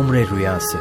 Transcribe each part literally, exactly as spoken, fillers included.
Umre Rüyası.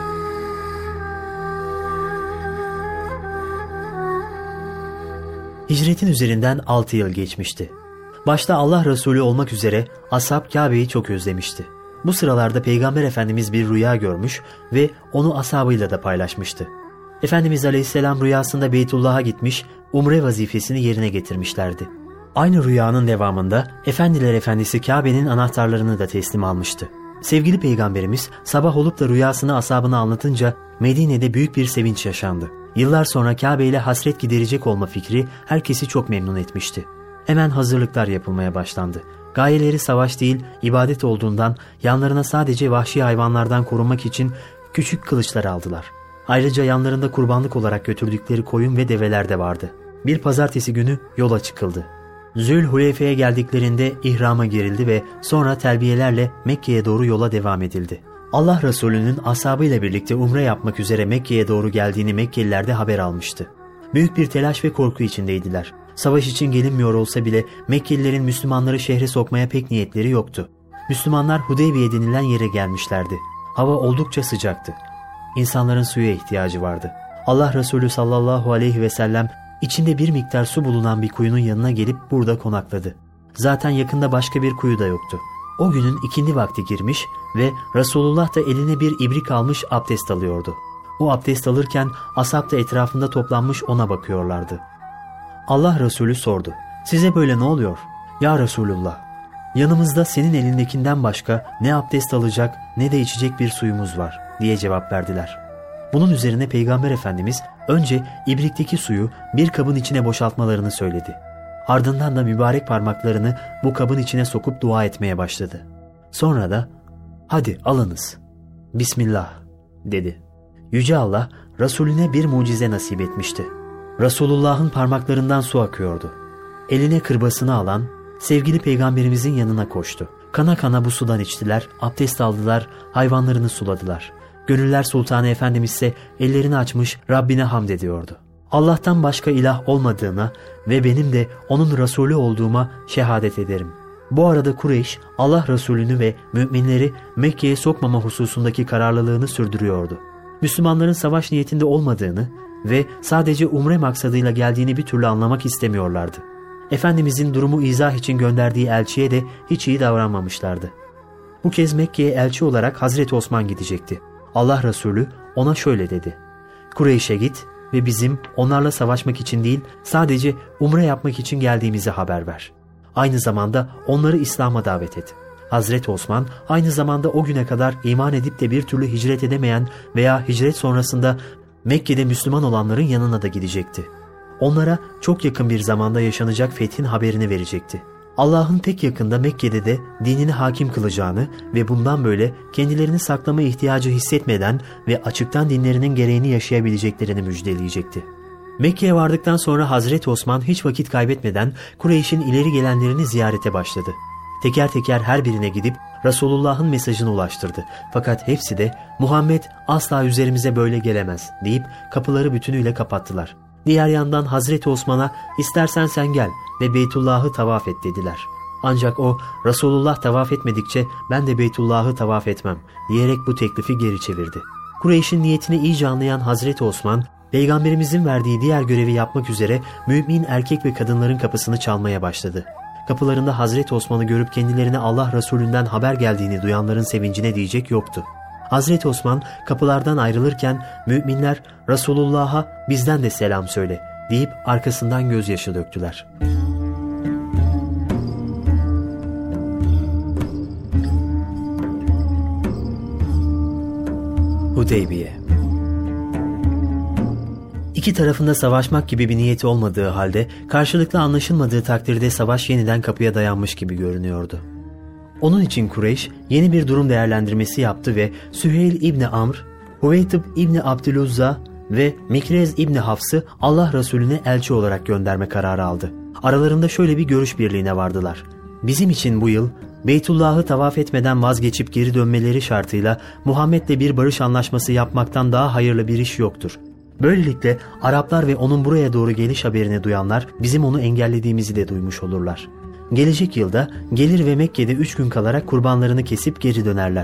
Hicretin üzerinden altı yıl geçmişti. Başta Allah Resulü olmak üzere ashab Kabe'yi çok özlemişti. Bu sıralarda Peygamber Efendimiz bir rüya görmüş ve onu ashabıyla da paylaşmıştı. Efendimiz Aleyhisselam rüyasında Beytullah'a gitmiş, umre vazifesini yerine getirmişlerdi. Aynı rüyanın devamında Efendiler Efendisi Kabe'nin anahtarlarını da teslim almıştı. Sevgili Peygamberimiz sabah olup da rüyasını ashabına anlatınca Medine'de büyük bir sevinç yaşandı. Yıllar sonra Kabe ile hasret giderecek olma fikri herkesi çok memnun etmişti. Hemen hazırlıklar yapılmaya başlandı. Gayeleri savaş değil, ibadet olduğundan yanlarına sadece vahşi hayvanlardan korunmak için küçük kılıçlar aldılar. Ayrıca yanlarında kurbanlık olarak götürdükleri koyun ve develer de vardı. Bir pazartesi günü yola çıkıldı. Zülhuleyfe'ye geldiklerinde ihrama girildi ve sonra telbiyelerle Mekke'ye doğru yola devam edildi. Allah Resulü'nün ashabıyla birlikte umre yapmak üzere Mekke'ye doğru geldiğini Mekkeliler de haber almıştı. Büyük bir telaş ve korku içindeydiler. Savaş için gelinmiyor olsa bile Mekkelilerin Müslümanları şehre sokmaya pek niyetleri yoktu. Müslümanlar Hudeybiye denilen yere gelmişlerdi. Hava oldukça sıcaktı. İnsanların suya ihtiyacı vardı. Allah Resulü sallallahu aleyhi ve sellem içinde bir miktar su bulunan bir kuyunun yanına gelip burada konakladı. Zaten yakında başka bir kuyu da yoktu. O günün ikindi vakti girmiş ve Resulullah da eline bir ibrik almış abdest alıyordu. O abdest alırken ashab da etrafında toplanmış ona bakıyorlardı. Allah Resulü sordu. "Size böyle ne oluyor?" "Ya Resulullah, yanımızda senin elindekinden başka ne abdest alacak ne de içecek bir suyumuz var," diye cevap verdiler. Bunun üzerine Peygamber Efendimiz önce ibrikteki suyu bir kabın içine boşaltmalarını söyledi. Ardından da mübarek parmaklarını bu kabın içine sokup dua etmeye başladı. Sonra da "Hadi alınız. Bismillah," dedi. Yüce Allah Resulüne bir mucize nasip etmişti. Resulullah'ın parmaklarından su akıyordu. Eline kırbasını alan sevgili Peygamberimizin yanına koştu. Kana kana bu sudan içtiler, abdest aldılar, hayvanlarını suladılar. Gönüller Sultanı Efendimiz ise ellerini açmış Rabbine hamd ediyordu. Allah'tan başka ilah olmadığına ve benim de onun Resulü olduğuma şehadet ederim. Bu arada Kureyş Allah Resulünü ve müminleri Mekke'ye sokmama hususundaki kararlılığını sürdürüyordu. Müslümanların savaş niyetinde olmadığını ve sadece umre maksadıyla geldiğini bir türlü anlamak istemiyorlardı. Efendimizin durumu izah için gönderdiği elçiye de hiç iyi davranmamışlardı. Bu kez Mekke'ye elçi olarak Hazreti Osman gidecekti. Allah Resulü ona şöyle dedi: "Kureyş'e git ve bizim onlarla savaşmak için değil sadece umre yapmak için geldiğimizi haber ver. Aynı zamanda onları İslam'a davet et." Hazreti Osman aynı zamanda o güne kadar iman edip de bir türlü hicret edemeyen veya hicret sonrasında Mekke'de Müslüman olanların yanına da gidecekti. Onlara çok yakın bir zamanda yaşanacak fethin haberini verecekti. Allah'ın pek yakında Mekke'de de dinini hakim kılacağını ve bundan böyle kendilerini saklama ihtiyacı hissetmeden ve açıktan dinlerinin gereğini yaşayabileceklerini müjdeleyecekti. Mekke'ye vardıktan sonra Hazreti Osman hiç vakit kaybetmeden Kureyş'in ileri gelenlerini ziyarete başladı. Teker teker her birine gidip Resulullah'ın mesajını ulaştırdı. Fakat hepsi de "Muhammed asla üzerimize böyle gelemez," deyip kapıları bütünüyle kapattılar. Diğer yandan Hazreti Osman'a "İstersen sen gel ve Beytullah'ı tavaf et," dediler. Ancak o "Resulullah tavaf etmedikçe ben de Beytullah'ı tavaf etmem," diyerek bu teklifi geri çevirdi. Kureyş'in niyetini iyice anlayan Hazreti Osman, Peygamberimizin verdiği diğer görevi yapmak üzere mümin erkek ve kadınların kapısını çalmaya başladı. Kapılarında Hazreti Osman'ı görüp kendilerine Allah Resulü'nden haber geldiğini duyanların sevincine diyecek yoktu. Hazreti Osman kapılardan ayrılırken müminler "Resulullah'a bizden de selam söyle," deyip arkasından gözyaşı döktüler. Hudeybiye. İki tarafında savaşmak gibi bir niyeti olmadığı halde karşılıklı anlaşılmadığı takdirde savaş yeniden kapıya dayanmış gibi görünüyordu. Onun için Kureyş yeni bir durum değerlendirmesi yaptı ve Süheyl İbni Amr, Huveytib İbni Abdüluzza ve Mikrez İbni Hafs'ı Allah Resulüne elçi olarak gönderme kararı aldı. Aralarında şöyle bir görüş birliğine vardılar: "Bizim için bu yıl Beytullah'ı tavaf etmeden vazgeçip geri dönmeleri şartıyla Muhammed'le bir barış anlaşması yapmaktan daha hayırlı bir iş yoktur. Böylelikle Araplar ve onun buraya doğru geliş haberini duyanlar bizim onu engellediğimizi de duymuş olurlar. Gelecek yılda gelir ve Mekke'de üç gün kalarak kurbanlarını kesip geri dönerler.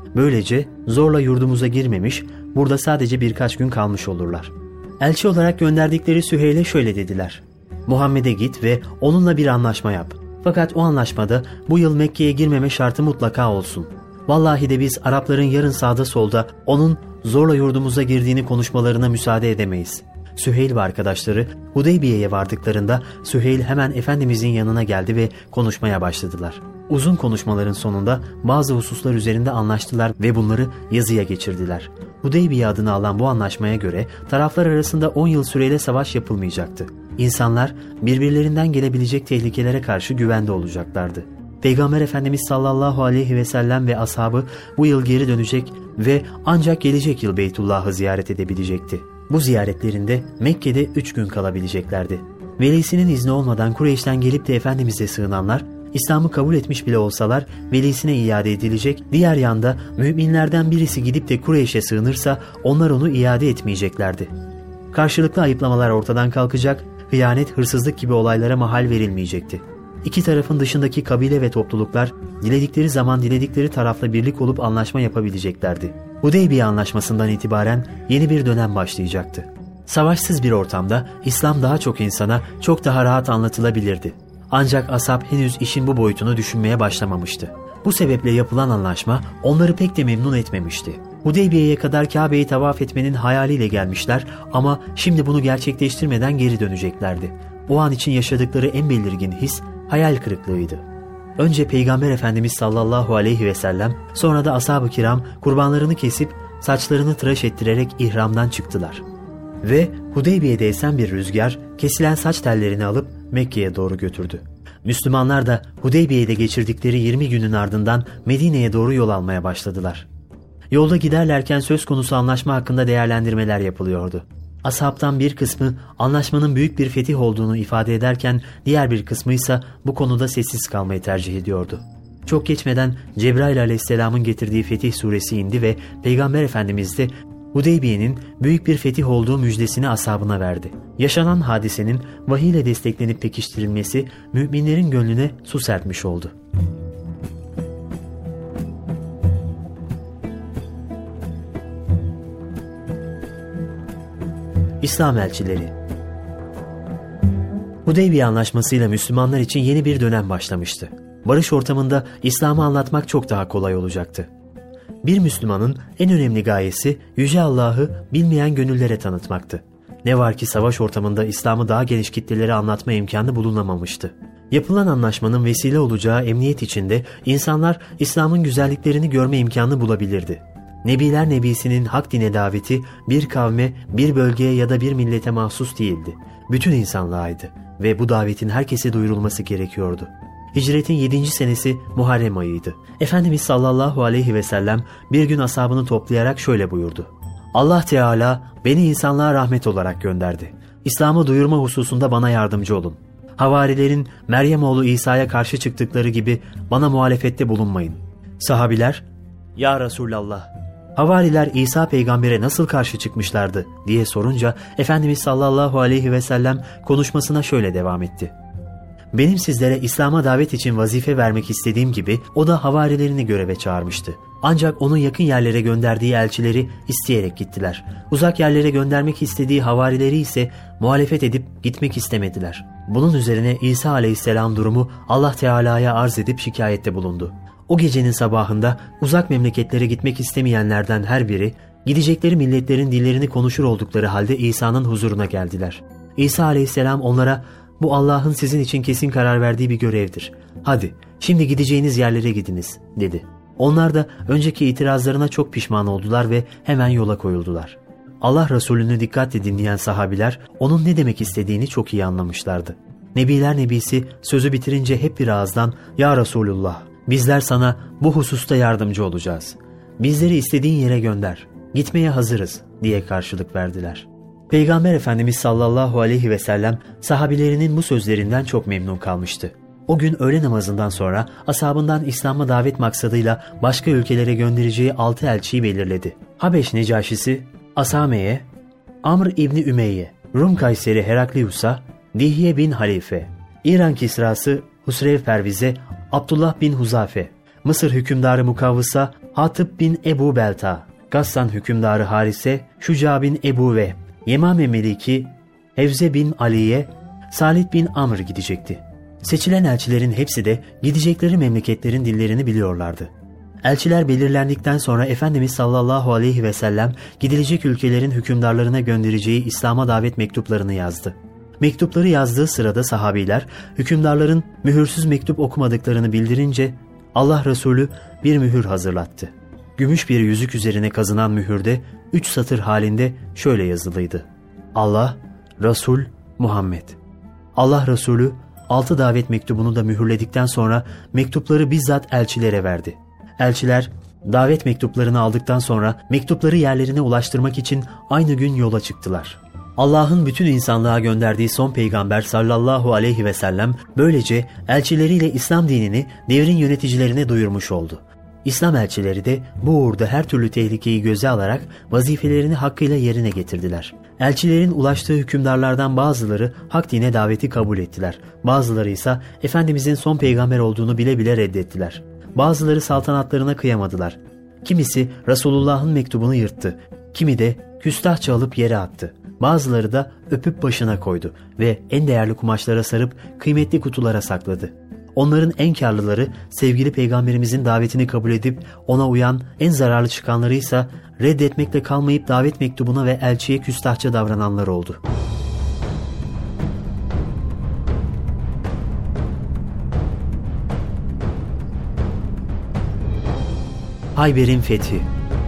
Böylece zorla yurdumuza girmemiş, burada sadece birkaç gün kalmış olurlar. Elçi olarak gönderdikleri Süheyl'e şöyle dediler: Muhammed'e git ve onunla bir anlaşma yap. Fakat o anlaşmada bu yıl Mekke'ye girmeme şartı mutlaka olsun. Vallahi de biz Arapların yarın sağda solda onun zorla yurdumuza girdiğini konuşmalarına müsaade edemeyiz. Süheyl ve arkadaşları Hudeybiye'ye vardıklarında Süheyl hemen Efendimizin yanına geldi ve konuşmaya başladılar. Uzun konuşmaların sonunda bazı hususlar üzerinde anlaştılar ve bunları yazıya geçirdiler. Hudeybiye adını alan bu anlaşmaya göre taraflar arasında on yıl süreyle savaş yapılmayacaktı. İnsanlar birbirlerinden gelebilecek tehlikelere karşı güvende olacaklardı. Peygamber Efendimiz sallallahu aleyhi ve sellem ve ashabı bu yıl geri dönecek ve ancak gelecek yıl Beytullah'ı ziyaret edebilecekti. Bu ziyaretlerinde Mekke'de üç gün kalabileceklerdi. Velisinin izni olmadan Kureyş'ten gelip de Efendimiz'e sığınanlar, İslam'ı kabul etmiş bile olsalar velisine iade edilecek, diğer yanda müminlerden birisi gidip de Kureyş'e sığınırsa onlar onu iade etmeyeceklerdi. Karşılıklı ayıplamalar ortadan kalkacak, hıyanet, hırsızlık gibi olaylara mahal verilmeyecekti. İki tarafın dışındaki kabile ve topluluklar diledikleri zaman diledikleri tarafla birlik olup anlaşma yapabileceklerdi. Hudeybiye Anlaşması'ndan itibaren yeni bir dönem başlayacaktı. Savaşsız bir ortamda İslam daha çok insana çok daha rahat anlatılabilirdi. Ancak ashab henüz işin bu boyutunu düşünmeye başlamamıştı. Bu sebeple yapılan anlaşma onları pek de memnun etmemişti. Hudeybiye'ye kadar Kabe'yi tavaf etmenin hayaliyle gelmişler ama şimdi bunu gerçekleştirmeden geri döneceklerdi. O an için yaşadıkları en belirgin his hayal kırıklığıydı. Önce Peygamber Efendimiz sallallahu aleyhi ve sellem, sonra da ashab-ı kiram kurbanlarını kesip saçlarını tıraş ettirerek ihramdan çıktılar. Ve Hudeybiye'de esen bir rüzgar kesilen saç tellerini alıp Mekke'ye doğru götürdü. Müslümanlar da Hudeybiye'de geçirdikleri yirmi günün ardından Medine'ye doğru yol almaya başladılar. Yolda giderlerken söz konusu anlaşma hakkında değerlendirmeler yapılıyordu. Ashabtan bir kısmı anlaşmanın büyük bir fetih olduğunu ifade ederken diğer bir kısmı ise bu konuda sessiz kalmayı tercih ediyordu. Çok geçmeden Cebrail aleyhisselamın getirdiği Fetih suresi indi ve Peygamber Efendimiz de Hudeybiye'nin büyük bir fetih olduğu müjdesini ashabına verdi. Yaşanan hadisenin vahiy ile desteklenip pekiştirilmesi müminlerin gönlüne su serpmiş oldu. İslam elçileri. Hudeybiye Anlaşması'yla Müslümanlar için yeni bir dönem başlamıştı. Barış ortamında İslam'ı anlatmak çok daha kolay olacaktı. Bir Müslümanın en önemli gayesi Yüce Allah'ı bilmeyen gönüllere tanıtmaktı. Ne var ki savaş ortamında İslam'ı daha geniş kitlelere anlatma imkanı bulunamamıştı. Yapılan anlaşmanın vesile olacağı emniyet içinde insanlar İslam'ın güzelliklerini görme imkanı bulabilirdi. Nebiler Nebisi'nin hak dine daveti bir kavme, bir bölgeye ya da bir millete mahsus değildi. Bütün insanlığaydı ve bu davetin herkese duyurulması gerekiyordu. Hicretin yedinci senesi Muharrem ayıydı. Efendimiz sallallahu aleyhi ve sellem bir gün ashabını toplayarak şöyle buyurdu: Allah Teala beni insanlığa rahmet olarak gönderdi. İslam'ı duyurma hususunda bana yardımcı olun. Havarilerin Meryem oğlu İsa'ya karşı çıktıkları gibi bana muhalefette bulunmayın. Sahabiler, Ya Resulallah, havariler İsa peygambere nasıl karşı çıkmışlardı diye sorunca Efendimiz sallallahu aleyhi ve sellem konuşmasına şöyle devam etti: Benim sizlere İslam'a davet için vazife vermek istediğim gibi o da havarilerini göreve çağırmıştı. Ancak onun yakın yerlere gönderdiği elçileri isteyerek gittiler. Uzak yerlere göndermek istediği havarileri ise muhalefet edip gitmek istemediler. Bunun üzerine İsa aleyhisselam durumu Allah Teala'ya arz edip şikayette bulundu. O gecenin sabahında uzak memleketlere gitmek istemeyenlerden her biri gidecekleri milletlerin dillerini konuşur oldukları halde İsa'nın huzuruna geldiler. İsa aleyhisselam onlara "Bu Allah'ın sizin için kesin karar verdiği bir görevdir. Hadi şimdi gideceğiniz yerlere gidiniz," dedi. Onlar da önceki itirazlarına çok pişman oldular ve hemen yola koyuldular. Allah Resulü'nü dikkatle dinleyen sahabiler onun ne demek istediğini çok iyi anlamışlardı. Nebiler Nebisi sözü bitirince hep bir ağızdan "Ya Resulullah, bizler sana bu hususta yardımcı olacağız. Bizleri istediğin yere gönder. Gitmeye hazırız," diye karşılık verdiler. Peygamber Efendimiz sallallahu aleyhi ve sellem sahabilerinin bu sözlerinden çok memnun kalmıştı. O gün öğle namazından sonra ashabından İslam'a davet maksadıyla başka ülkelere göndereceği altı elçiyi belirledi. Habeş Necaşisi Asame'ye, Amr İbni Ümeyye, Rum Kayseri Heraklius'a, Dihye bin Halife, İran Kisrası Husrev Perviz'e Abdullah bin Huzafe, Mısır hükümdarı Mukavvıs'a Hatib bin Ebu Belta, Gassan hükümdarı Harise, Şuca bin Ebu Vehb, Yemame Meliki, Hevze bin Ali'ye, Salih bin Amr gidecekti. Seçilen elçilerin hepsi de gidecekleri memleketlerin dillerini biliyorlardı. Elçiler belirlendikten sonra Efendimiz sallallahu aleyhi ve sellem gidilecek ülkelerin hükümdarlarına göndereceği İslam'a davet mektuplarını yazdı. Mektupları yazdığı sırada sahabiler hükümdarların mühürsüz mektup okumadıklarını bildirince Allah Resulü bir mühür hazırlattı. Gümüş bir yüzük üzerine kazınan mühürde üç satır halinde şöyle yazılıydı: Allah, Resul, Muhammed. Allah Resulü altı davet mektubunu da mühürledikten sonra mektupları bizzat elçilere verdi. Elçiler davet mektuplarını aldıktan sonra mektupları yerlerine ulaştırmak için aynı gün yola çıktılar. Allah'ın bütün insanlığa gönderdiği son peygamber sallallahu aleyhi ve sellem böylece elçileriyle İslam dinini devrin yöneticilerine duyurmuş oldu. İslam elçileri de bu uğurda her türlü tehlikeyi göze alarak vazifelerini hakkıyla yerine getirdiler. Elçilerin ulaştığı hükümdarlardan bazıları hak dine daveti kabul ettiler. Bazıları ise Efendimizin son peygamber olduğunu bile bile reddettiler. Bazıları saltanatlarına kıyamadılar. Kimisi Resulullah'ın mektubunu yırttı. Kimi de küstahça alıp yere attı. Bazıları da öpüp başına koydu ve en değerli kumaşlara sarıp kıymetli kutulara sakladı. Onların en karlıları sevgili peygamberimizin davetini kabul edip ona uyan, en zararlı çıkanları ise reddetmekle kalmayıp davet mektubuna ve elçiye küstahça davrananlar oldu. Hayber'in fethi.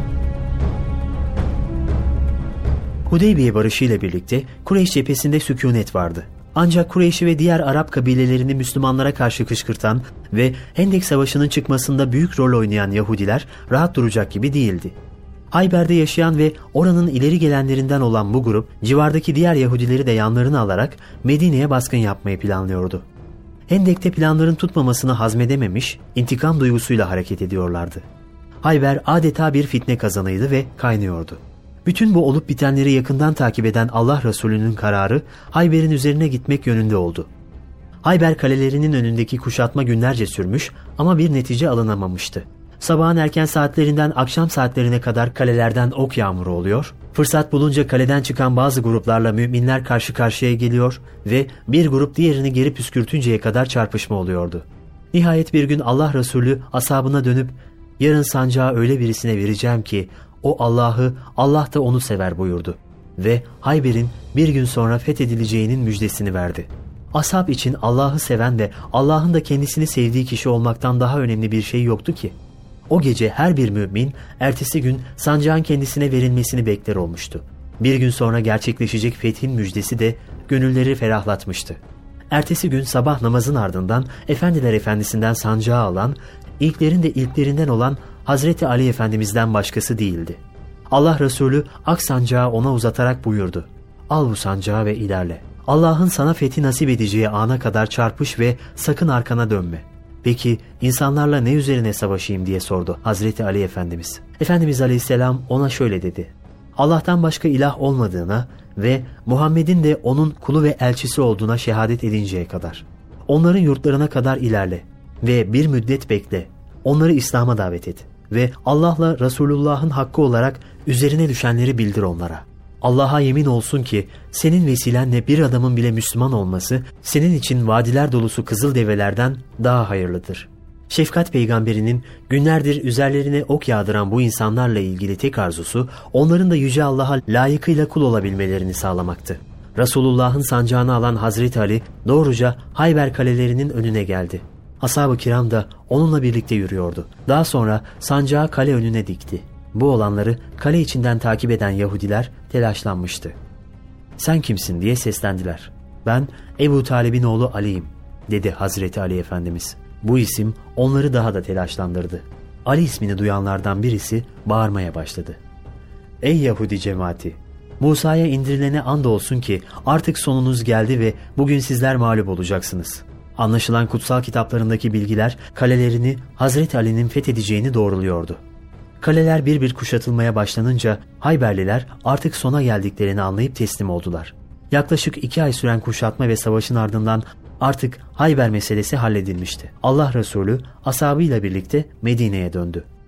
Hudeybiye barışı ile birlikte Kureyş cephesinde sükunet vardı. Ancak Kureyş'i ve diğer Arap kabilelerini Müslümanlara karşı kışkırtan ve Hendek Savaşı'nın çıkmasında büyük rol oynayan Yahudiler rahat duracak gibi değildi. Hayber'de yaşayan ve oranın ileri gelenlerinden olan bu grup, civardaki diğer Yahudileri de yanlarına alarak Medine'ye baskın yapmayı planlıyordu. Hendek'te planların tutmamasını hazmedememiş, intikam duygusuyla hareket ediyorlardı. Hayber adeta bir fitne kazanıydı ve kaynıyordu. Bütün bu olup bitenleri yakından takip eden Allah Resulü'nün kararı Hayber'in üzerine gitmek yönünde oldu. Hayber kalelerinin önündeki kuşatma günlerce sürmüş ama bir netice alınamamıştı. Sabahın erken saatlerinden akşam saatlerine kadar kalelerden ok yağmuru oluyor, fırsat bulunca kaleden çıkan bazı gruplarla müminler karşı karşıya geliyor ve bir grup diğerini geri püskürtünceye kadar çarpışma oluyordu. Nihayet bir gün Allah Resulü ashabına dönüp "Yarın sancağı öyle birisine vereceğim ki o Allah'ı, Allah da onu sever" buyurdu ve Hayber'in bir gün sonra fethedileceğinin müjdesini verdi. Ashab için Allah'ı seven ve Allah'ın da kendisini sevdiği kişi olmaktan daha önemli bir şey yoktu ki. O gece her bir mümin ertesi gün sancağın kendisine verilmesini bekler olmuştu. Bir gün sonra gerçekleşecek fethin müjdesi de gönülleri ferahlatmıştı. Ertesi gün sabah namazın ardından Efendiler Efendisi'nden sancağı alan, ilklerin de ilklerinden olan Hazreti Ali Efendimiz'den başkası değildi. Allah Resulü ak sancağı ona uzatarak buyurdu: "Al bu sancağı ve ilerle. Allah'ın sana fethi nasip edeceği ana kadar çarpış ve sakın arkana dönme." "Peki insanlarla ne üzerine savaşayım?" diye sordu Hazreti Ali Efendimiz. Efendimiz Aleyhisselam ona şöyle dedi: "Allah'tan başka ilah olmadığına ve Muhammed'in de onun kulu ve elçisi olduğuna şehadet edinceye kadar. Onların yurtlarına kadar ilerle ve bir müddet bekle. Onları İslam'a davet et ve Allah'la Resulullah'ın hakkı olarak üzerine düşenleri bildir onlara. Allah'a yemin olsun ki senin vesilenle bir adamın bile Müslüman olması senin için vadiler dolusu kızıl develerden daha hayırlıdır." Şefkat peygamberinin günlerdir üzerlerine ok yağdıran bu insanlarla ilgili tek arzusu onların da Yüce Allah'a layıkıyla kul olabilmelerini sağlamaktı. Resulullah'ın sancağını alan Hazreti Ali doğruca Hayber kalelerinin önüne geldi. Ashab-ı kiram da onunla birlikte yürüyordu. Daha sonra sancağı kale önüne dikti. Bu olanları kale içinden takip eden Yahudiler telaşlanmıştı. "Sen kimsin?" diye seslendiler. "Ben Ebu Talib'in oğlu Ali'yim," dedi Hazreti Ali Efendimiz. Bu isim onları daha da telaşlandırdı. Ali ismini duyanlardan birisi bağırmaya başladı: "Ey Yahudi cemaati! Musa'ya indirilene andolsun ki artık sonunuz geldi ve bugün sizler mağlup olacaksınız." Anlaşılan kutsal kitaplarındaki bilgiler kalelerini Hazreti Ali'nin fethedeceğini doğruluyordu. Kaleler bir bir kuşatılmaya başlanınca Hayberliler artık sona geldiklerini anlayıp teslim oldular. Yaklaşık iki ay süren kuşatma ve savaşın ardından artık Hayber meselesi halledilmişti. Allah Resulü ashabıyla birlikte Medine'ye döndü.